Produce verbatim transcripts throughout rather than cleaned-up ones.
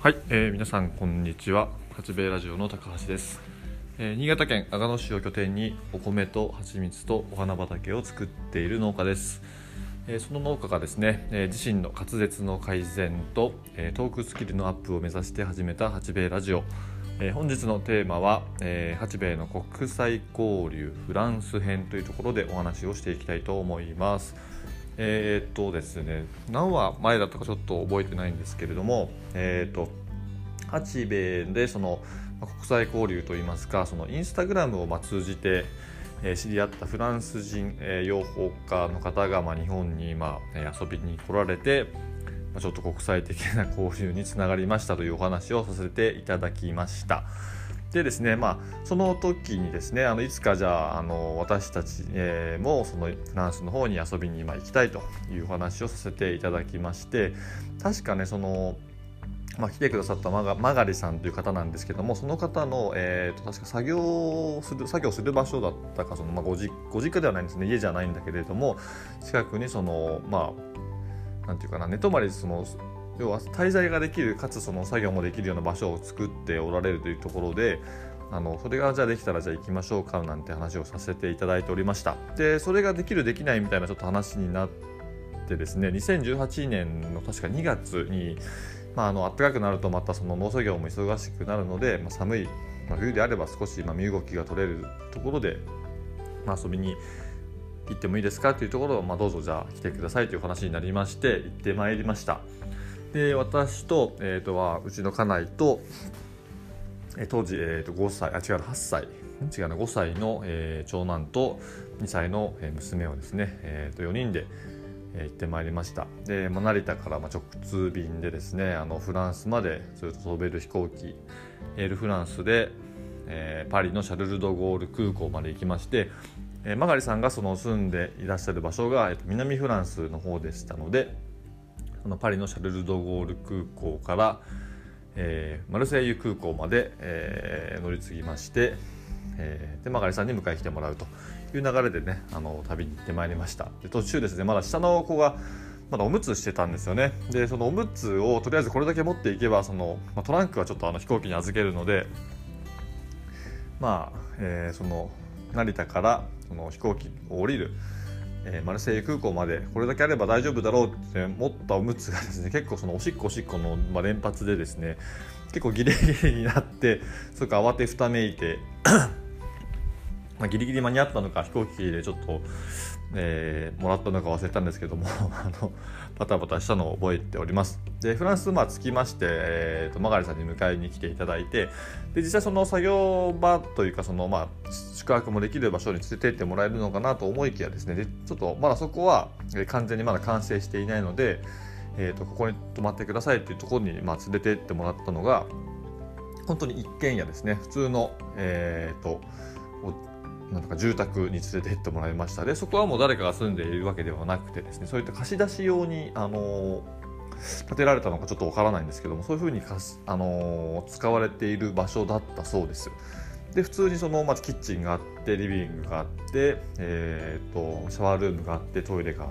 はい、えー、皆さんこんにちは。八兵衛ラジオの高橋です。えー、新潟県阿賀野市を拠点にお米と蜂蜜とお花畑を作っている農家です。えー、その農家がですね、えー、自身の滑舌の改善と、えー、トークスキルのアップを目指して始めた八兵衛ラジオ。えー、本日のテーマは、えー、八兵衛の国際交流フランス編というところでお話をしていきたいと思います。えーっとですね、何話前だったかちょっと覚えてないんですけれども、えーっと八兵衛でその国際交流といいますか、そのインスタグラムをまあ通じて知り合ったフランス人養蜂家の方がまあ日本にまあ遊びに来られて、ちょっと国際的な交流につながりましたというお話をさせていただきました。でですね、まあ、その時にですね、あのいつかじゃあ、あの私たち、えー、もそのフランスの方に遊びに今行きたいというお話をさせていただきまして、確かねその、まあ、来てくださったマガ、マガリさんという方なんですけども、その方の、えー、と確か作業する作業する場所だったか、その、まあ、ご, 実ご実家ではないんですね、家じゃないんだけれども、近くにそのまあなんていうかな、寝泊まりその要は滞在ができるかつその作業もできるような場所を作っておられるというところで、あのそれがじゃあできたらじゃあ行きましょうかなんて話をさせていただいておりました。でそれができるできないみたいなちょっと話になってですね、にせんじゅうはちねんの確かにがつに、まあ、あの暖かくなるとまたその農作業も忙しくなるので、まあ、寒い、まあ、冬であれば少しまあ身動きが取れるところで、まあ、遊びに行ってもいいですかというところを、まあ、どうぞじゃあ来てくださいという話になりまして行ってまいりました。で私と、えー、とはうちの家内と、えー、当時、えー、とごさいあ違うはっさい違うなごさいの、えー、長男とにさいの娘をですね、えー、とよにんで、えー、行ってまいりました。で、まあ、成田からまあ直通便でですね、あのフランスまでずっと飛べる飛行機エールフランスで、えー、パリのシャルル・ド・ゴール空港まで行きまして、えー、マガリさんがその住んでいらっしゃる場所が、えー、と南フランスの方でしたので、そのパリのシャルル・ド・ゴール空港から、えー、マルセイユ空港まで、えー、乗り継ぎまして、えー、でマガリさんに迎え来てもらうという流れでね、あの旅に行ってまいりました。で途中ですね、まだ下の子がまだおむつしてたんですよね。でそのおむつをとりあえずこれだけ持っていけば、その、まあ、トランクはちょっとあの飛行機に預けるので、まあ、えー、その成田からその飛行機を降りるえー、マルセイユ空港までこれだけあれば大丈夫だろうって持ったおむつがですね、結構そのおしっこおしっこの、まあ、連発でですね、結構ギリギリになって、それから慌てふためいてまあギリギリ間に合ったのか飛行機でちょっと、えー、もらったのか忘れたんですけどもあのバタバタしたのを覚えております。でフランスまあ着きまして、えー、とマガリさんに迎えに来ていただいて、で実際その作業場というか、そのまあ宿泊もできる場所に連れて行ってもらえるのかなと思いきやですね、でちょっとまだそこは完全にまだ完成していないので、えー、とここに泊まってくださいっていうところにまあ連れて行ってもらったのが、本当に一軒家ですね、普通の、えー、となんか住宅に連れて行ってもらいました。でそこはもう誰かが住んでいるわけではなくてですね、そういった貸し出し用に、あのー、建てられたのかちょっとわからないんですけども、そういうふうにかす、あのー、使われている場所だったそうです。で普通にその、まずキッチンがあって、リビングがあって、えー、とシャワールームがあって、トイレがあって、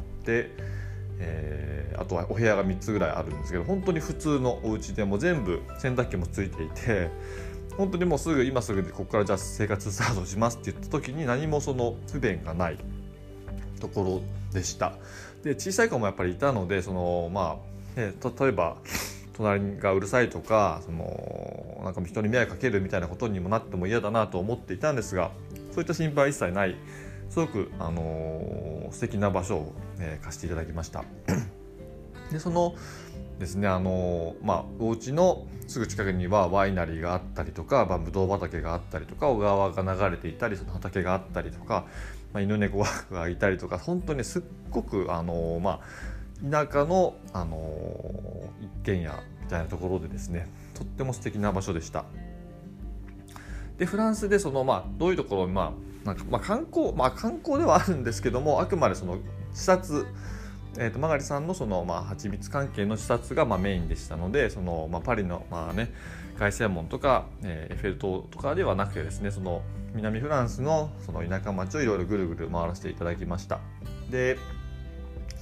えー、あとはお部屋がみっつぐらいあるんですけど、本当に普通のお家でも全部洗濯機もついていて、本当にもうすぐ今すぐここからじゃあ生活スタートしますって言った時に何もその不便がないところでした。で小さい子もやっぱりいたので、そのまあ、ね、例えば隣がうるさいとか、そのなんか人に迷惑かけるみたいなことにもなっても嫌だなと思っていたんですが、そういった心配は一切ない、すごく、あのー、素敵な場所を、えー、貸していただきました。でそのですね、あのーまあ、お家のすぐ近くにはワイナリーがあったりとか、まあ、ぶどう畑があったりとか、小川が流れていたり、その畑があったりとか、まあ、犬猫がいたりとか、本当にすっごく、あのーまあ、田舎の、あのー、一軒家みたいなところでですね、とっても素敵な場所でした。でフランスでその、まあ、どういうところ、まあなんかまあ、観光、まあ、観光ではあるんですけども、あくまでその視察、えー、とマガリさんのその、まあ、蜂蜜関係の視察がまあメインでしたので、その、まあ、パリの、まあね、凱旋門とか、えー、エッフェル塔とかではなくてですね、その南フランスのその田舎町をいろいろぐるぐる回らせていただきました。で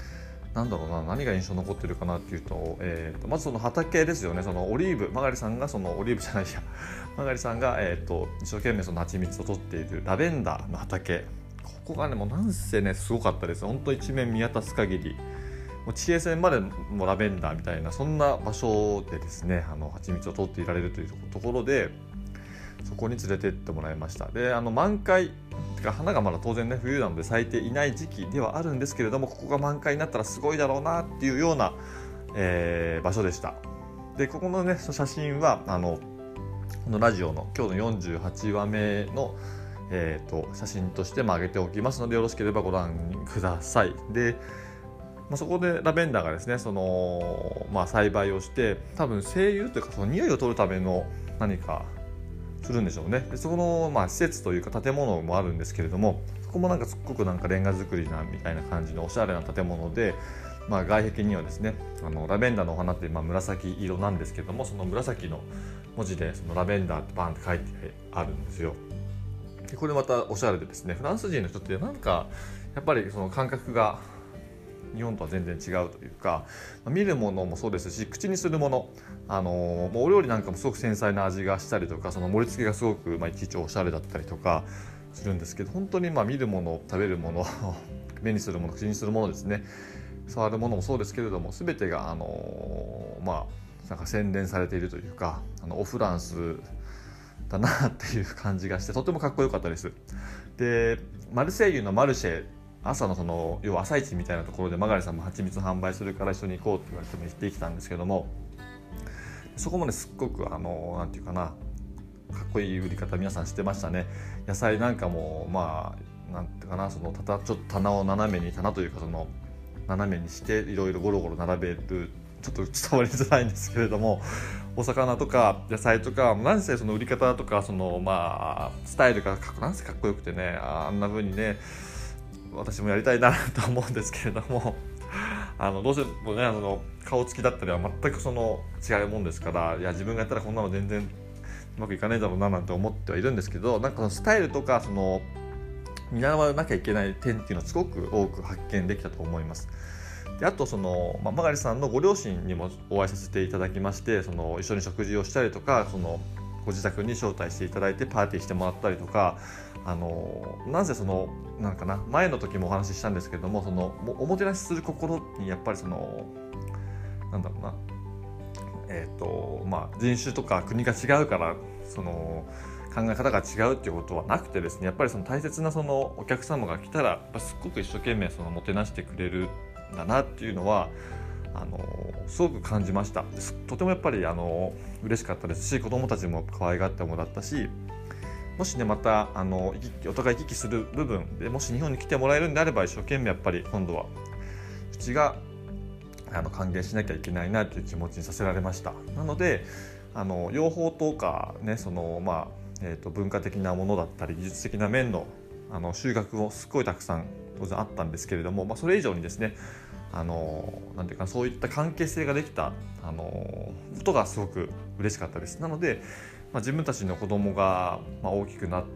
なんだろうな、何が印象に残ってるかなっていうと、えー、とまずその畑ですよね。そのオリーブ、マガリさんがそのオリーブじゃないやマガリさんが、えー、と一生懸命その蜂蜜を取っているラベンダーの畑、ここがねもうなんせねすごかったです。本当一面見渡す限りもう地平線までもラベンダーみたいな、そんな場所でですね、あの蜂蜜を取っていられるというところで、そこに連れてってもらいました。で、あの満開てか花がまだ当然ね冬なので咲いていない時期ではあるんですけれども、ここが満開になったらすごいだろうなっていうような、えー、場所でした。で、ここのね写真はあのこのラジオの今日のよんじゅうはちわめの、えー、と写真としても上げておきますので、よろしければご覧ください。で、まあ、そこでラベンダーがですねその、まあ、栽培をして、多分精油というかその匂いを取るための何かするんでしょうね。でそこの、まあ、施設というか建物もあるんですけれども、そこもなんかすっごくなんかレンガ造りなみたいな感じのおしゃれな建物で、まあ、外壁にはですねあのラベンダーのお花ってまあ紫色なんですけども、その紫の文字でそのラベンダーってバンって書いてあるんですよ。でこれまたおしゃれでですね、フランス人の人ってなんかやっぱりその感覚が日本とは全然違うというか、見るものもそうですし、口にするもの、あのー、お料理なんかもすごく繊細な味がしたりとか、その盛り付けがすごく、まあ、いちいちおしゃれだったりとかするんですけど、本当にまあ見るもの、食べるもの目にするもの、口にするものですね、触るものもそうですけれども、全てが、あのー、まあなんか洗練されているというか、あのオフランスだなっていう感じがして、とてもかっこよかったです。で、マルセイユのマルシェ、朝のその要は朝市みたいなところでマガリさんも蜂蜜販売するから一緒に行こうって言われても行ってきたんですけども、そこもねすっごくあのなんていうかな、かっこいい売り方皆さんしてましたね。野菜なんかもまあなんていうかな、そのたたちょっと棚を斜めに棚というかその斜めにしていろいろゴロゴロ並べる、ちょっと伝わりづらいんですけれども、お魚とか野菜とか何せその売り方とかそのまあスタイルがなんせかっこよくてね、あんな風にね私もやりたいなと思うんですけれどもあのどうしてもねあの顔つきだったりは全くその違うもんですから、いや自分がやったらこんなの全然うまくいかないだろうななんて思ってはいるんですけど、なんかそのスタイルとかその見習わなきゃいけない点っていうのをすごく多く発見できたと思います。であとその、まあ、マガリさんのご両親にもお会いさせていただきまして、その一緒に食事をしたりとか、そのご自宅に招待していただいてパーティーしてもらったりとか、あのなぜそのなんかな前の時もお話ししたんですけども、そのおもてなしする心にやっぱりそのなんだろうな、えっとまあ人種とか国が違うからその考え方が違うっていうことはなくてですね、やっぱりその大切なそのお客様が来たらやっぱすっごく一生懸命そのもてなしてくれるんだなっていうのはあのすごく感じました。とてもやっぱりあの嬉しかったですし、子どもたちも可愛がってもらったし、もしねまたあのお互い行き来する部分でもし日本に来てもらえるんであれば、一生懸命やっぱり今度はうちがあの還元しなきゃいけないなという気持ちにさせられました。なのであの養蜂とかね、そのまあ、えーと、文化的なものだったり技術的な面のあの収穫もすごいたくさん当然あったんですけれども、まあ、それ以上にですねあのなんていうかそういった関係性ができたあのことがすごく嬉しかったです。なので、まあ、自分たちの子供がまあ大きくなって、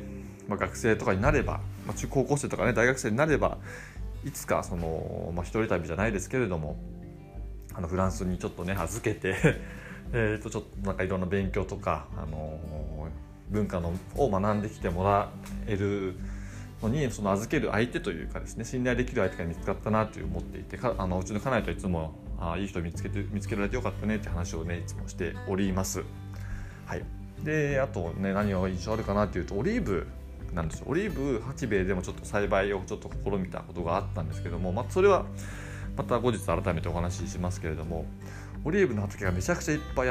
まあ、学生とかになれば、まあ、中高校生とかね大学生になれば、いつかその、まあ、一人旅じゃないですけれどもあのフランスにちょっとね預けてえとちょっとなんかいろんな勉強とか、あの文化のを学んできてもらえるのに、その預ける相手というかですね、信頼できる相手が見つかったなと思っていて、かあのうちの家内といつもあいい人見つけて見つけられてよかったねって話をねいつもしております。はい。であとね何が印象あるかなというと、オリーブなんですよ。オリーブ八兵衛でもちょっと栽培をちょっと試みたことがあったんですけども、まあ、それはまた後日改めてお話ししますけれども、オリーブの畑がめちゃくちゃいっぱいあって、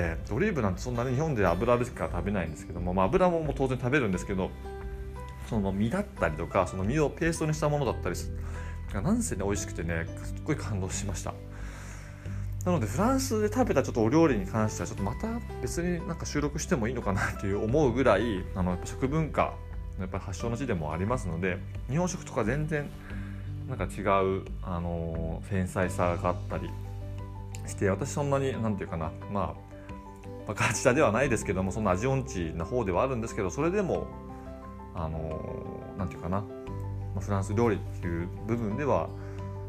オリーブなんてそんなに日本で油あるしか食べないんですけども、まあ、油ももう当然食べるんですけど、その実だったりとかその実をペーストにしたものだったりがなんせね美味しくてねすっごい感動しました。なのでフランスで食べたちょっとお料理に関してはちょっとまた別になんか収録してもいいのかなっていう思うぐらい、あのやっぱ食文化やっぱり発祥の地でもありますので、日本食とか全然なんか違う、あのー、繊細さがあったりして、私そんなになんていうかな、まあガチャではないですけども、そんな味音痴な方ではあるんですけど、それでもあのー、なんていうかな、フランス料理っていう部分では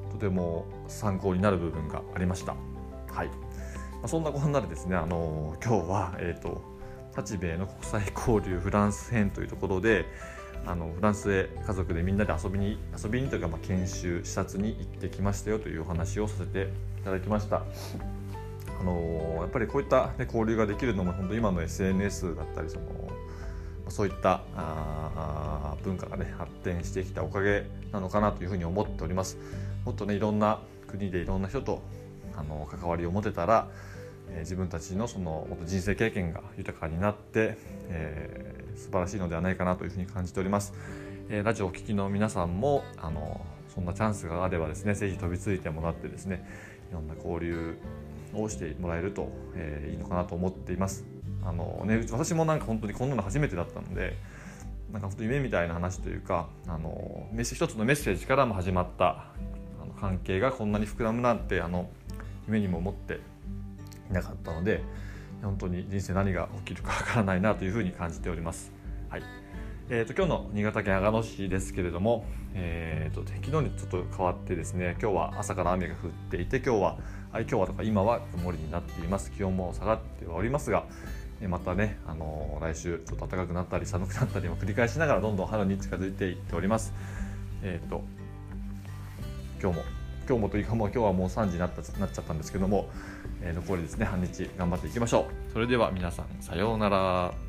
とても参考になる部分がありました。はい、まあ、そんなこんなでですね、あのー、今日は、えーと、日米の国際交流フランス編というところで、あのフランスへ家族でみんなで遊びに遊びにというか、まあ、研修視察に行ってきましたよというお話をさせていただきました。あのー、やっぱりこういった、ね、交流ができるのも本当今の エスエヌエス だったり、そのそういったあ文化がね発展してきたおかげなのかなというふうに思っております。もっとねいろんな国でいろんな人とあの関わりを持てたら、えー、自分たちのそのもっと人生経験が豊かになって、えー、素晴らしいのではないかなというふうに感じております。えー、ラジオをお聞きの皆さんもあのそんなチャンスがあればですね、ぜひ飛びついてもらってですね、いろんな交流をしてもらえると、えー、いいのかなと思っています。あのね、私もなんか本当にこんなの初めてだったので、なんか本当に夢みたいな話というか、あのメッセ一つのメッセージからも始まったあの関係がこんなに膨らむなんてあの夢にも思っていなかったので、本当に人生何が起きるかわからないなというふうに感じております。はい、えー、と今日の新潟県阿賀野市ですけれども、えー、と昨日にちょっと変わってですね、今日は朝から雨が降っていて、今日は今日はとか今は曇りになっています。気温も下がってはおりますが、またね、あのー、来週ちょっと暖かくなったり寒くなったりも繰り返しながらどんどん春に近づいていっております。えー、と今日も今日もというかもう今日はもうさんじになったなっちゃったんですけども、えー、残りですね半日頑張っていきましょう。それでは皆さんさようなら。